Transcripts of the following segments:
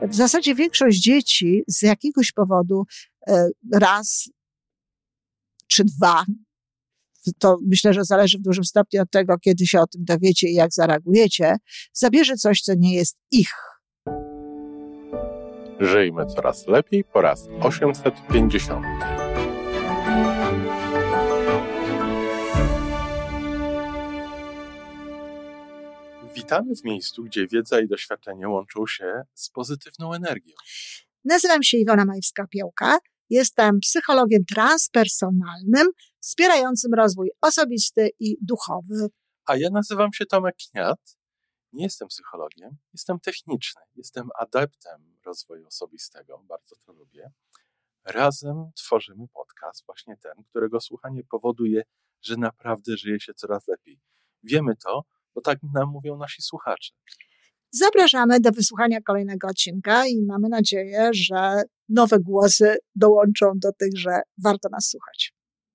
W zasadzie większość dzieci z jakiegoś powodu raz czy dwa, to myślę, że zależy w dużym stopniu od tego, kiedy się o tym dowiecie i jak zareagujecie, zabierze coś, co nie jest ich. Żyjmy coraz lepiej po raz 850. Witamy w miejscu, gdzie wiedza i doświadczenie łączą się z pozytywną energią. Nazywam się Iwona Majewska-Piołka. Jestem psychologiem transpersonalnym, wspierającym rozwój osobisty i duchowy. A ja nazywam się Tomek Kniat. Nie jestem psychologiem, jestem techniczny. Jestem adeptem rozwoju osobistego, bardzo to lubię. Razem tworzymy podcast, właśnie ten, którego słuchanie powoduje, że naprawdę żyje się coraz lepiej. Wiemy to, bo tak nam mówią nasi słuchacze. Zapraszamy do wysłuchania kolejnego odcinka i mamy nadzieję, że nowe głosy dołączą do tych, że warto nas słuchać.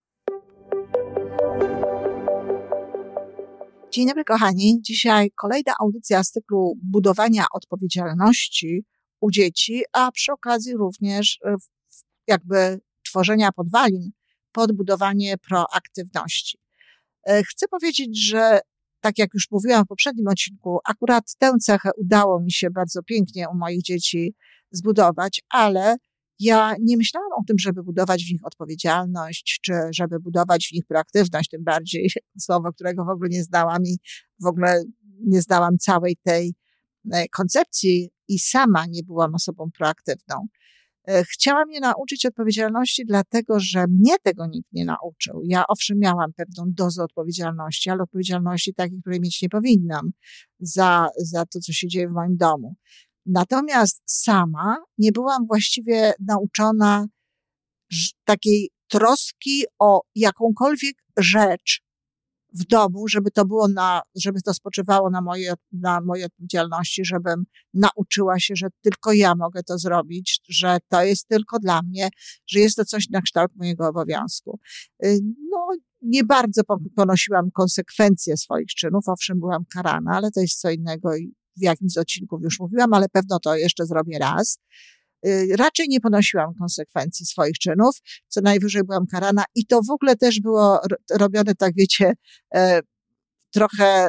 Dzień dobry, kochani. Dzisiaj kolejna audycja z cyklu budowania odpowiedzialności u dzieci, a przy okazji również jakby tworzenia podwalin pod budowanie proaktywności. Chcę powiedzieć, że tak jak już mówiłam w poprzednim odcinku, akurat tę cechę udało mi się bardzo pięknie u moich dzieci zbudować, ale ja nie myślałam o tym, żeby budować w nich odpowiedzialność, czy żeby budować w nich proaktywność, tym bardziej słowo, którego w ogóle nie znałam i w ogóle nie znałam całej tej koncepcji i sama nie byłam osobą proaktywną. Chciałam je nauczyć odpowiedzialności, dlatego że mnie tego nikt nie nauczył. Ja owszem miałam pewną dozę odpowiedzialności, ale odpowiedzialności takiej, której mieć nie powinnam za to, co się dzieje w moim domu. Natomiast sama nie byłam właściwie nauczona takiej troski o jakąkolwiek rzecz w domu, żeby to spoczywało na mojej odpowiedzialności, żebym nauczyła się, że tylko ja mogę to zrobić, że to jest tylko dla mnie, że jest to coś na kształt mojego obowiązku. Nie bardzo ponosiłam konsekwencje swoich czynów, owszem byłam karana, ale to jest co innego i w jakimś z odcinków już mówiłam, ale pewno to jeszcze zrobię raz. Raczej nie ponosiłam konsekwencji swoich czynów, co najwyżej byłam karana i to w ogóle też było robione, tak wiecie, trochę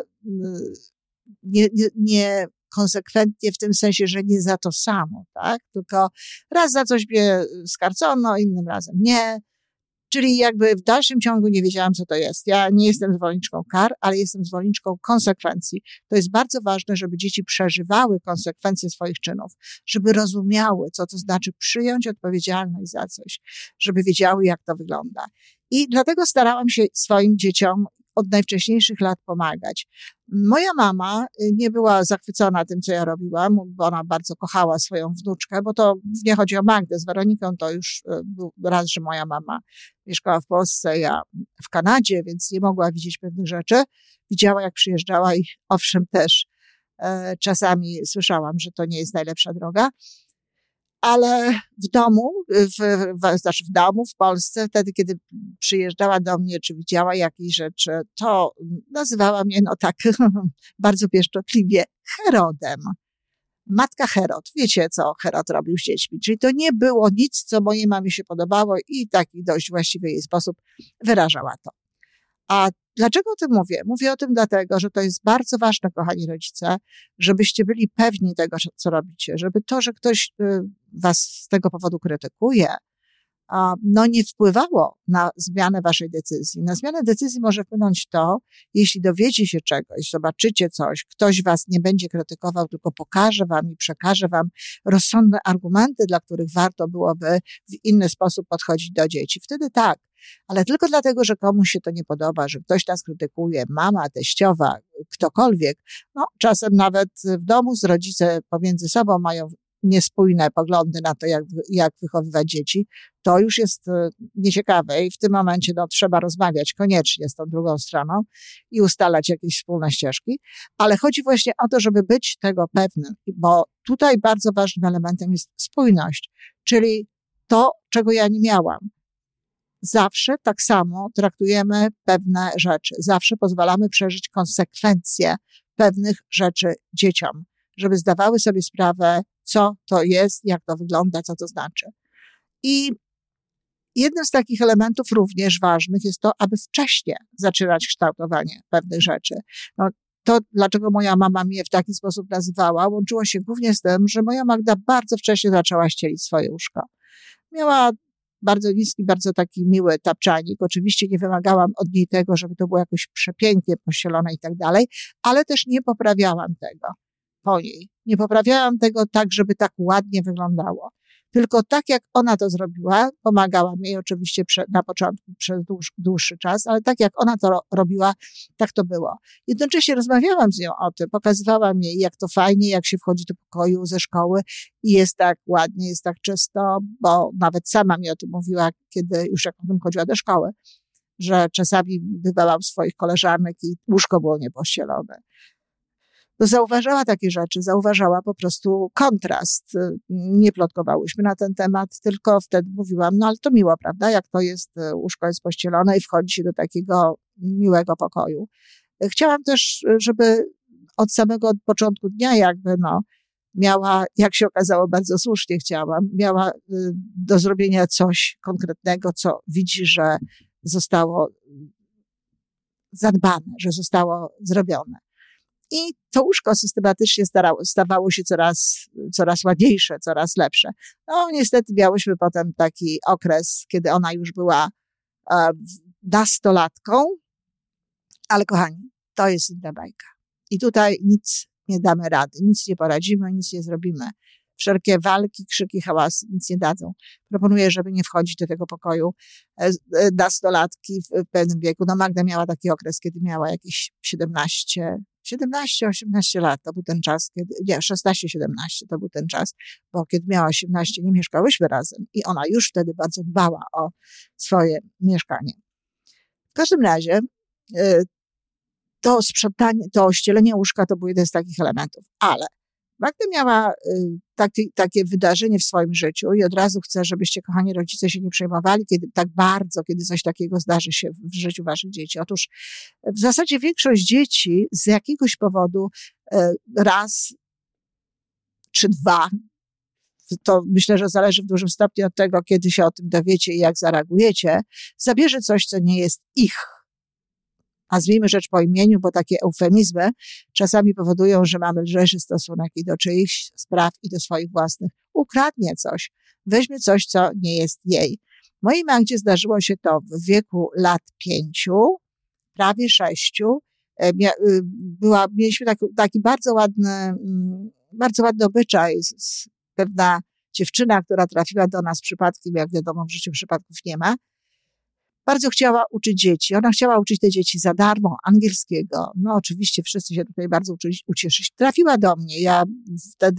nie konsekwentnie w tym sensie, że nie za to samo, tak? Tylko raz za coś mnie skarcono, innym razem nie. Czyli jakby w dalszym ciągu nie wiedziałam, co to jest. Ja nie jestem zwolenniczką kar, ale jestem zwolenniczką konsekwencji. To jest bardzo ważne, żeby dzieci przeżywały konsekwencje swoich czynów, żeby rozumiały, co to znaczy przyjąć odpowiedzialność za coś, żeby wiedziały, jak to wygląda. I dlatego starałam się swoim dzieciom od najwcześniejszych lat pomagać. Moja mama nie była zachwycona tym, co ja robiłam, bo ona bardzo kochała swoją wnuczkę, bo to nie chodzi o Magdę. Z Weroniką to już był raz, że moja mama mieszkała w Polsce, ja w Kanadzie, więc nie mogła widzieć pewnych rzeczy. Widziała, jak przyjeżdżała i owszem też czasami słyszałam, że to nie jest najlepsza droga. Ale w domu, w Polsce, wtedy, kiedy przyjeżdżała do mnie, czy widziała jakieś rzeczy, to nazywała mnie, tak bardzo pieszczotliwie, Herodem. Matka Herod. Wiecie, co Herod robił z dziećmi. Czyli to nie było nic, co mojej mamie się podobało i taki dość właściwy jej sposób wyrażała to. A dlaczego o tym mówię? Mówię o tym dlatego, że to jest bardzo ważne, kochani rodzice, żebyście byli pewni tego, co robicie, żeby to, że ktoś was z tego powodu krytykuje, nie wpływało na zmianę waszej decyzji. Na zmianę decyzji może wpłynąć to, jeśli dowiecie się czegoś, zobaczycie coś, ktoś was nie będzie krytykował, tylko pokaże wam i przekaże wam rozsądne argumenty, dla których warto byłoby w inny sposób podchodzić do dzieci. Wtedy tak, ale tylko dlatego, że komuś się to nie podoba, że ktoś nas krytykuje, mama, teściowa, ktokolwiek, czasem nawet w domu rodzice pomiędzy sobą mają niespójne poglądy na to, jak wychowywać dzieci, to już jest nieciekawe i w tym momencie trzeba rozmawiać koniecznie z tą drugą stroną i ustalać jakieś wspólne ścieżki, ale chodzi właśnie o to, żeby być tego pewnym, bo tutaj bardzo ważnym elementem jest spójność, czyli to, czego ja nie miałam. Zawsze tak samo traktujemy pewne rzeczy, zawsze pozwalamy przeżyć konsekwencje pewnych rzeczy dzieciom, żeby zdawały sobie sprawę, co to jest, jak to wygląda, co to znaczy. I jednym z takich elementów również ważnych jest to, aby wcześnie zaczynać kształtowanie pewnych rzeczy. No, to, dlaczego moja mama mnie w taki sposób nazywała, łączyło się głównie z tym, że moja Magda bardzo wcześnie zaczęła ścielić swoje łóżko. Miała bardzo niski, bardzo taki miły tapczanik. Oczywiście nie wymagałam od niej tego, żeby to było jakoś przepięknie pościelone i tak dalej, ale też nie poprawiałam tego po niej. Nie poprawiałam tego tak, żeby tak ładnie wyglądało. Tylko tak, jak ona to zrobiła, pomagałam jej oczywiście na początku przez dłuższy czas, ale tak, jak ona to robiła, tak to było. Jednocześnie rozmawiałam z nią o tym, pokazywałam jej, jak to fajnie, jak się wchodzi do pokoju ze szkoły i jest tak ładnie, jest tak czysto, bo nawet sama mi o tym mówiła, kiedy już jak potem chodziła do szkoły, że czasami bywała u swoich koleżanek i łóżko było niepościelone. To zauważała takie rzeczy, zauważała po prostu kontrast. Nie plotkowałyśmy na ten temat, tylko wtedy mówiłam, no ale to miło, prawda, jak to jest, łóżko jest pościelone i wchodzi się do takiego miłego pokoju. Chciałam też, żeby od samego początku dnia jakby, miała, jak się okazało, bardzo słusznie miała do zrobienia coś konkretnego, co widzi, że zostało zadbane, że zostało zrobione. I to łóżko systematycznie stawało się coraz ładniejsze, coraz lepsze. No niestety miałyśmy potem taki okres, kiedy ona już była nastolatką, ale kochani, to jest inna bajka. I tutaj nic nie damy rady, nic nie poradzimy, nic nie zrobimy. Wszelkie walki, krzyki, hałasy nic nie dadzą. Proponuję, żeby nie wchodzić do tego pokoju nastolatki w pewnym wieku. No Magda miała taki okres, kiedy miała jakieś 17-18 lat, to był ten czas, 16-17 to był ten czas, bo kiedy miała 18, nie mieszkałyśmy razem i ona już wtedy bardzo dbała o swoje mieszkanie. W każdym razie to sprzątanie, to ścielenie łóżka to był jeden z takich elementów, ale Magda miała takie wydarzenie w swoim życiu i od razu chcę, żebyście, kochani rodzice, się nie przejmowali, kiedy coś takiego zdarzy się w życiu waszych dzieci. Otóż w zasadzie większość dzieci z jakiegoś powodu raz czy dwa, to myślę, że zależy w dużym stopniu od tego, kiedy się o tym dowiecie i jak zareagujecie, zabierze coś, co nie jest ich. Nazwijmy rzecz po imieniu, bo takie eufemizmy czasami powodują, że mamy lżejszy stosunek i do czyichś spraw, i do swoich własnych. Ukradnie coś, weźmie coś, co nie jest jej. Mojej Magdzie zdarzyło się to w wieku lat 5, prawie 6. Mieliśmy taki bardzo ładny obyczaj. Pewna dziewczyna, która trafiła do nas przypadkiem, jak wiadomo, w życiu przypadków nie ma, bardzo chciała uczyć dzieci. Ona chciała uczyć te dzieci za darmo angielskiego. No oczywiście wszyscy się tutaj bardzo ucieszyć. Trafiła do mnie. Ja wtedy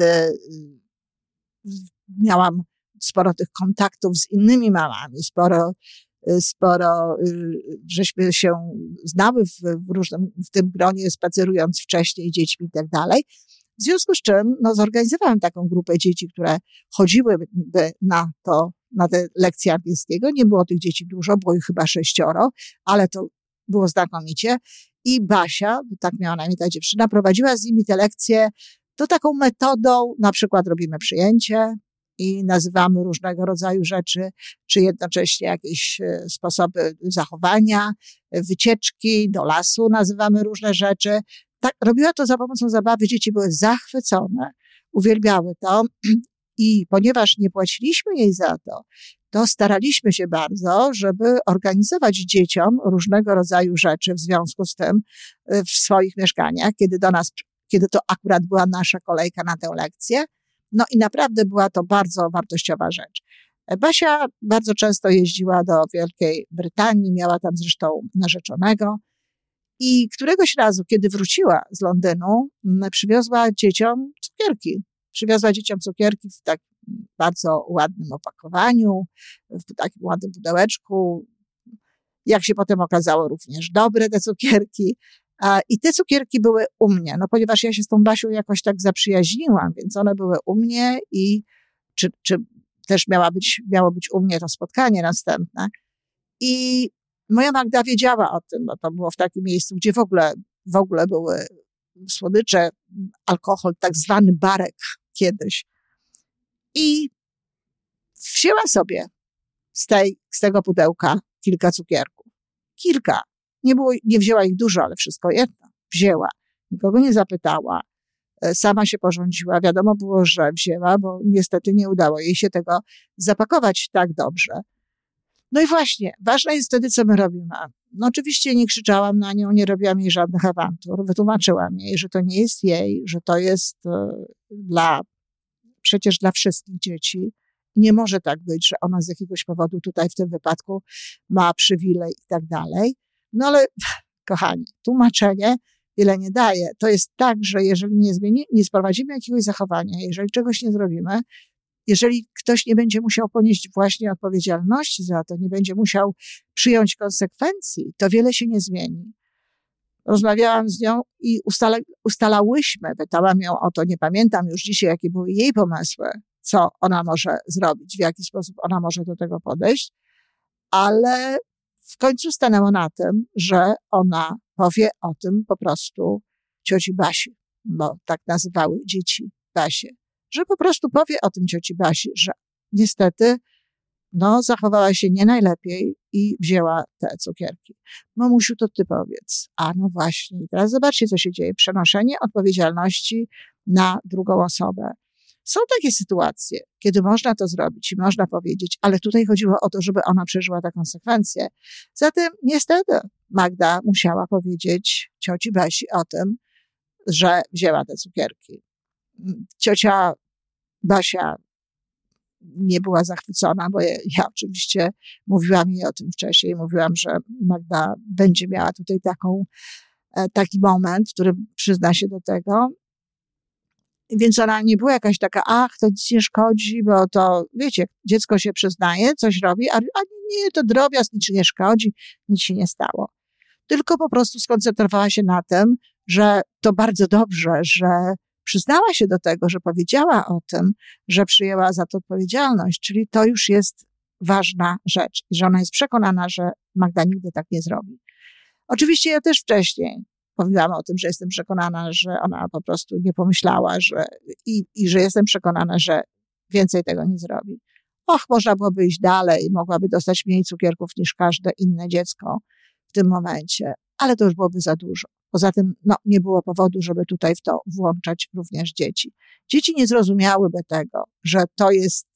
miałam sporo tych kontaktów z innymi mamami, sporo żeśmy się znały w tym gronie, spacerując wcześniej dziećmi i tak dalej. W związku z czym zorganizowałam taką grupę dzieci, które chodziłyby na te lekcje angielskiego. Nie było tych dzieci dużo, było ich chyba 6, ale to było znakomicie. I Basia, tak miała na imię ta dziewczyna, prowadziła z nimi te lekcje. To taką metodą, na przykład robimy przyjęcie i nazywamy różnego rodzaju rzeczy, czy jednocześnie jakieś sposoby zachowania, wycieczki do lasu, nazywamy różne rzeczy. Tak, robiła to za pomocą zabawy. Dzieci były zachwycone, uwielbiały to. I ponieważ nie płaciliśmy jej za to staraliśmy się bardzo, żeby organizować dzieciom różnego rodzaju rzeczy w związku z tym w swoich mieszkaniach, kiedy to akurat była nasza kolejka na tę lekcję. No i naprawdę była to bardzo wartościowa rzecz. Basia bardzo często jeździła do Wielkiej Brytanii, miała tam zresztą narzeczonego i któregoś razu, kiedy wróciła z Londynu, przywiozła dzieciom cukierki. Przywiozła dzieciom cukierki w tak bardzo ładnym opakowaniu, w takim ładnym pudełeczku. Jak się potem okazało, również dobre te cukierki. I te cukierki były u mnie, ponieważ ja się z tą Basią jakoś tak zaprzyjaźniłam, więc one były u mnie i czy też miało być u mnie to spotkanie następne. I moja Magda wiedziała o tym, bo to było w takim miejscu, gdzie w ogóle były słodycze, alkohol, tak zwany barek kiedyś. i wzięła sobie z tego pudełka kilka cukierków. Kilka. Nie wzięła ich dużo, ale wszystko jedno. Wzięła. Nikogo nie zapytała. Sama się porządziła. Wiadomo było, że wzięła, bo niestety nie udało jej się tego zapakować tak dobrze. No i właśnie, ważne jest wtedy, co my robimy. No oczywiście nie krzyczałam na nią, nie robiłam jej żadnych awantur. Wytłumaczyłam jej, że to nie jest jej, że to jest przecież dla wszystkich dzieci. Nie może tak być, że ona z jakiegoś powodu tutaj w tym wypadku ma przywilej i tak dalej. No ale, kochani, tłumaczenie wiele nie daje. To jest tak, że jeżeli nie sprowadzimy jakiegoś zachowania, jeżeli czegoś nie zrobimy, jeżeli ktoś nie będzie musiał ponieść właśnie odpowiedzialności za to, nie będzie musiał przyjąć konsekwencji, to wiele się nie zmieni. Rozmawiałam z nią i ustalałyśmy, pytałam ją o to, nie pamiętam już dzisiaj, jakie były jej pomysły, co ona może zrobić, w jaki sposób ona może do tego podejść, ale w końcu stanęło na tym, że ona powie o tym po prostu cioci Basi, bo tak nazywały dzieci Basie, że po prostu powie o tym cioci Basi, że niestety zachowała się nie najlepiej i wzięła te cukierki. Mamusiu, to ty powiedz. A no właśnie, i teraz zobaczcie, co się dzieje. Przenoszenie odpowiedzialności na drugą osobę. Są takie sytuacje, kiedy można to zrobić i można powiedzieć, ale tutaj chodziło o to, żeby ona przeżyła tę konsekwencję. Zatem niestety Magda musiała powiedzieć cioci Basi o tym, że wzięła te cukierki. Ciocia Basia nie była zachwycona, bo ja oczywiście mówiłam jej o tym wcześniej. Mówiłam, że Magda będzie miała tutaj taki moment, w którym przyzna się do tego. Więc ona nie była jakaś taka, to nic nie szkodzi, bo to, wiecie, dziecko się przyznaje, coś robi, a nie, to drobiazg, nic nie szkodzi, nic się nie stało. Tylko po prostu skoncentrowała się na tym, że to bardzo dobrze, że przyznała się do tego, że powiedziała o tym, że przyjęła za to odpowiedzialność, czyli to już jest ważna rzecz i że ona jest przekonana, że Magda nigdy tak nie zrobi. Oczywiście ja też wcześniej mówiłam o tym, że jestem przekonana, że ona po prostu nie pomyślała, i że jestem przekonana, że więcej tego nie zrobi. Można byłoby iść dalej, mogłaby dostać mniej cukierków niż każde inne dziecko w tym momencie, ale to już byłoby za dużo. Poza tym, nie było powodu, żeby tutaj w to włączać również dzieci. Dzieci nie zrozumiałyby tego, że to jest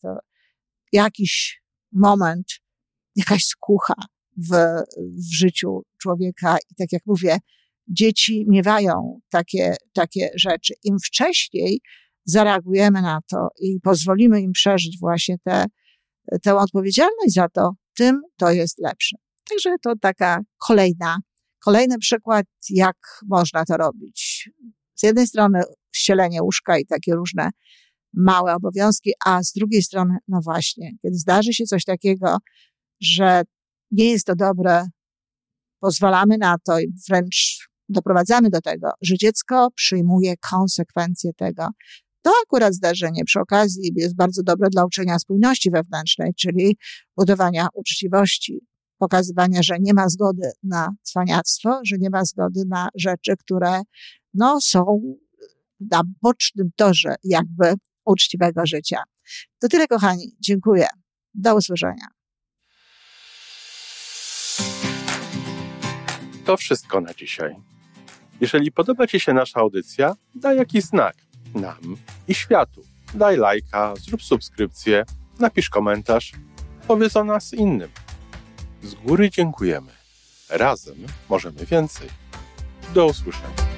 jakiś moment, jakaś skucha w życiu człowieka i tak jak mówię, dzieci miewają takie rzeczy. Im wcześniej zareagujemy na to i pozwolimy im przeżyć właśnie tę odpowiedzialność za to, tym to jest lepsze. Także to taka kolejny przykład, jak można to robić. Z jednej strony ścielenie łóżka i takie różne małe obowiązki, a z drugiej strony, właśnie, kiedy zdarzy się coś takiego, że nie jest to dobre, pozwalamy na to i wręcz doprowadzamy do tego, że dziecko przyjmuje konsekwencje tego. To akurat zdarzenie przy okazji jest bardzo dobre dla uczenia spójności wewnętrznej, czyli budowania uczciwości, pokazywania, że nie ma zgody na cwaniactwo, że nie ma zgody na rzeczy, które są na bocznym torze jakby uczciwego życia. To tyle, kochani. Dziękuję. Do usłyszenia. To wszystko na dzisiaj. Jeżeli podoba Ci się nasza audycja, daj jakiś znak nam i światu. Daj lajka, zrób subskrypcję, napisz komentarz, powiedz o nas innym. Z góry dziękujemy. Razem możemy więcej. Do usłyszenia.